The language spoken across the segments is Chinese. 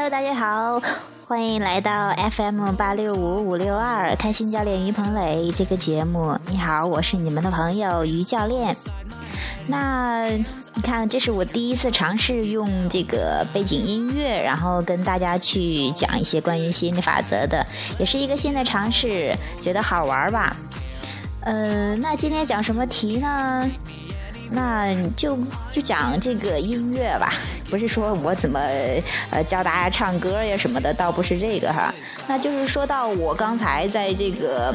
Hello， 大家好，欢迎来到 FM865562开心教练于鹏磊这个节目。你好，我是你们的朋友于教练。那你看，这是我第一次尝试用这个背景音乐，然后跟大家去讲一些关于吸引力法则的，也是一个新的尝试，觉得好玩吧。那今天讲什么题呢？那就讲这个音乐吧，不是说我怎么教大家唱歌呀什么的，倒不是这个哈。那就是说到我刚才在这个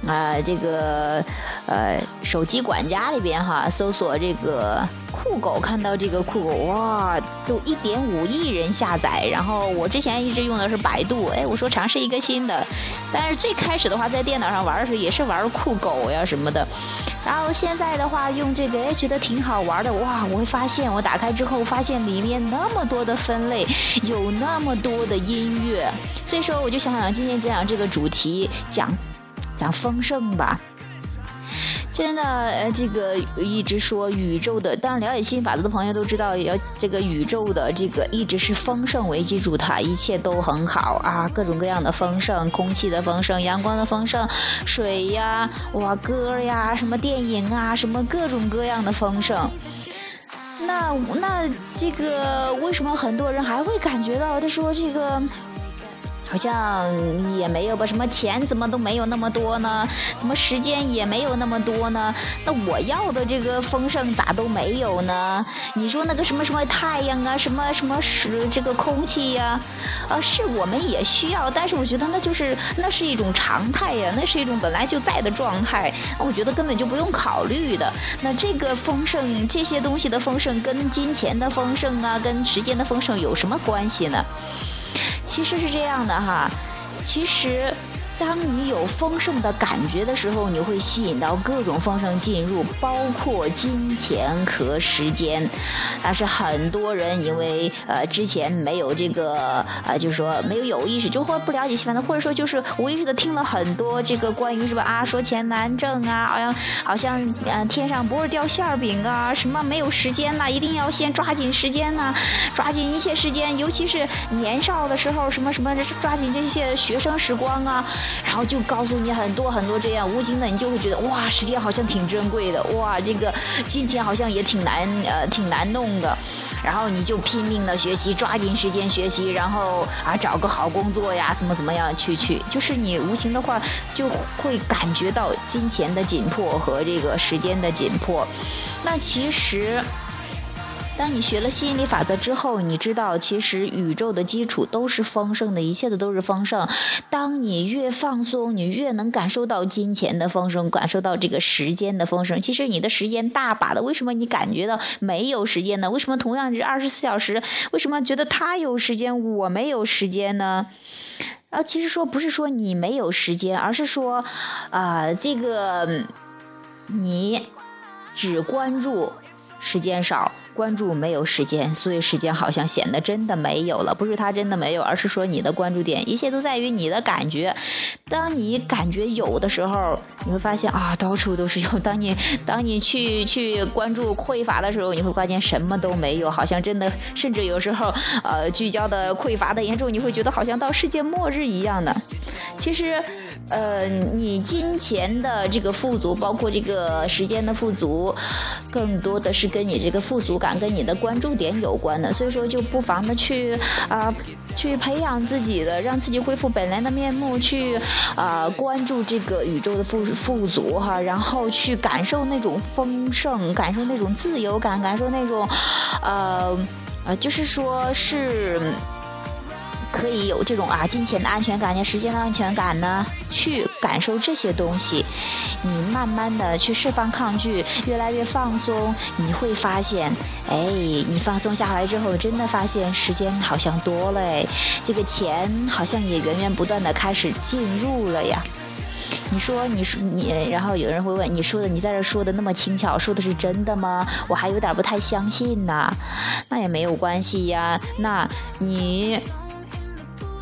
手机管家里边哈，搜索这个酷狗，看到这个酷狗哇，都1.5亿人下载。然后我之前一直用的是百度，我说尝试一个新的，但是最开始的话在电脑上玩的时候也是玩酷狗呀什么的。然后现在的话用这个觉得挺好玩的，哇！我会发现我打开之后发现里面那么多的分类，有那么多的音乐，所以说我就想今天讲这个主题，讲丰盛吧。现在这个一直说宇宙的，当然了解吸引法则的朋友都知道，要这个宇宙的这个一直是丰盛为基础，它一切都很好啊，各种各样的丰盛，空气的丰盛，阳光的丰盛，水呀，哇，歌呀，什么电影啊，什么各种各样的丰盛。那这个为什么很多人还会感觉到他说这个好像也没有吧，什么钱怎么都没有那么多呢，什么时间也没有那么多呢，那我要的这个丰盛咋都没有呢？你说那个什么太阳啊，什么这个空气呀，是我们也需要，但是我觉得那是一种常态呀，那是一种本来就在的状态，我觉得根本就不用考虑的。那这个丰盛，这些东西的丰盛跟金钱的丰盛啊，跟时间的丰盛有什么关系呢？其实是这样的哈，其实当你有丰盛的感觉的时候，你会吸引到各种丰盛进入，包括金钱和时间。但是很多人因为之前没有这个就是说没有意识，就或不了解吸引法则，或者说就是无意识的听了很多这个关于是吧说钱难挣啊，好像天上不是掉馅饼啊，什么没有时间呐，一定要先抓紧时间呐，抓紧一切时间，尤其是年少的时候什么抓紧这些学生时光啊。然后就告诉你很多很多这样，无形的你就会觉得哇，时间好像挺珍贵的，哇，这个金钱好像也挺难弄的，然后你就拼命的学习，抓紧时间学习，然后找个好工作呀，怎么样去，就是你无形的话就会感觉到金钱的紧迫和这个时间的紧迫。那其实当你学了吸引力法则之后，你知道其实宇宙的基础都是丰盛的，一切的都是丰盛。当你越放松，你越能感受到金钱的丰盛，感受到这个时间的丰盛。其实你的时间大把的，为什么你感觉到没有时间呢？为什么同样是24小时，为什么觉得他有时间我没有时间呢？其实不是说你没有时间，而是说这个你只关注时间少，关注没有时间，所以时间好像显得真的没有了。不是它真的没有，而是说你的关注点，一切都在于你的感觉。当你感觉有的时候，你会发现到处都是有。当你去关注匮乏的时候，你会发现什么都没有，好像真的，甚至有时候聚焦的匮乏的严重，你会觉得好像到世界末日一样的。其实你金钱的这个富足，包括这个时间的富足，更多的是跟你这个富足感跟你的关注点有关的。所以说就不妨的去培养自己的，让自己恢复本来的面目，去关注这个宇宙的富足哈，然后去感受那种丰盛，感受那种自由感，感受那种就是说是可以有这种金钱的安全感呀，时间的安全感呢，去感受这些东西。你慢慢的去释放抗拒，越来越放松，你会发现你放松下来之后，真的发现时间好像多了，这个钱好像也源源不断的开始进入了呀。你说，然后有人会问，你在这说的那么轻巧，说的是真的吗？我还有点不太相信呢。那也没有关系呀，那你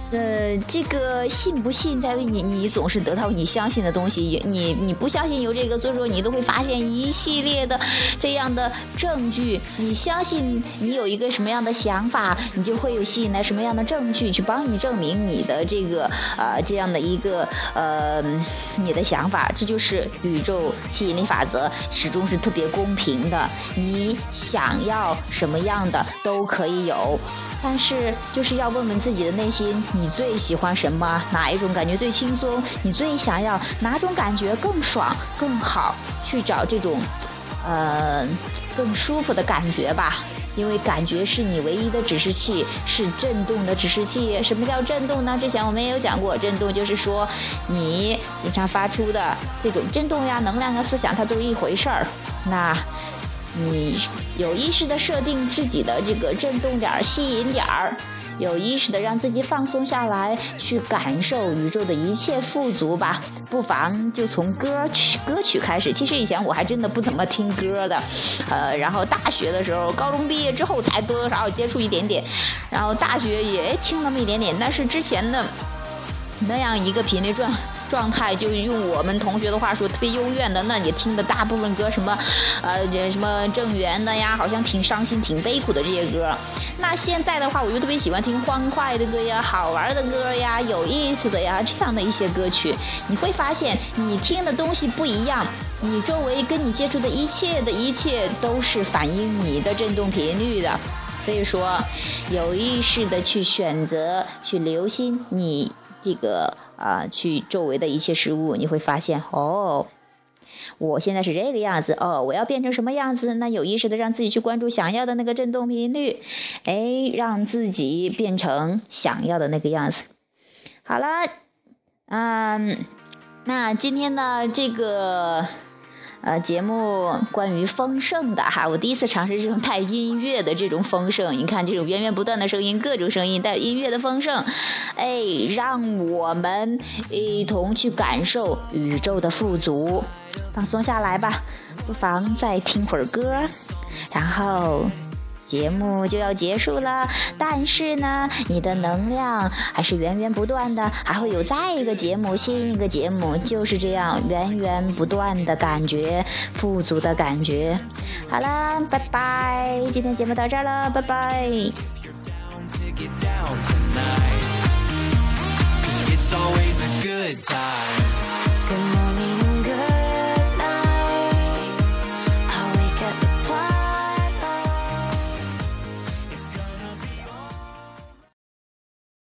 这个信不信在于你总是得到你相信的东西，你不相信有这个，所以说你都会发现一系列的这样的证据。你相信你有一个什么样的想法，你就会有吸引来什么样的证据去帮你证明你的这个这样的一个你的想法。这就是宇宙吸引力法则，始终是特别公平的，你想要什么样的都可以有。但是就是要问问自己的内心，你最喜欢什么？哪一种感觉最轻松？你最想要哪种感觉更爽更好？去找这种更舒服的感觉吧，因为感觉是你唯一的指示器，是震动的指示器。什么叫震动呢？之前我们也有讲过，震动就是说你经常发出的这种震动呀、能量呀、思想，它都是一回事儿。那你有意识的设定自己的这个震动点、吸引点，有意识的让自己放松下来，去感受宇宙的一切富足吧。不妨就从歌曲开始。其实以前我还真的不怎么听歌的，然后大学的时候，高中毕业之后才多多少少接触一点点，然后大学也听那么一点点，但是之前的那样一个频率状态，就用我们同学的话说特别幽怨的，那你听的大部分歌什么什么郑源的呀，好像挺伤心挺悲苦的这些歌。那现在的话，我就特别喜欢听欢快的歌呀，好玩的歌呀，有意思的呀，这样的一些歌曲。你会发现你听的东西不一样，你周围跟你接触的一切都是反映你的振动频率的。所以说有意识的去选择，去留心你这个去周围的一切事物，你会发现我现在是这个样子，我要变成什么样子？那有意识的让自己去关注想要的那个振动频率，让自己变成想要的那个样子。好了，那今天的这个节目关于丰盛的哈，我第一次尝试这种带音乐的这种丰盛。你看这种源源不断的声音，各种声音带音乐的丰盛，让我们一同去感受宇宙的富足。放松下来吧，不妨再听会儿歌，然后节目就要结束了。但是呢，你的能量还是源源不断的，还会有再一个节目，新一个节目，就是这样源源不断的感觉，富足的感觉。好了，拜拜，今天节目到这儿了，拜拜。It's always a good time.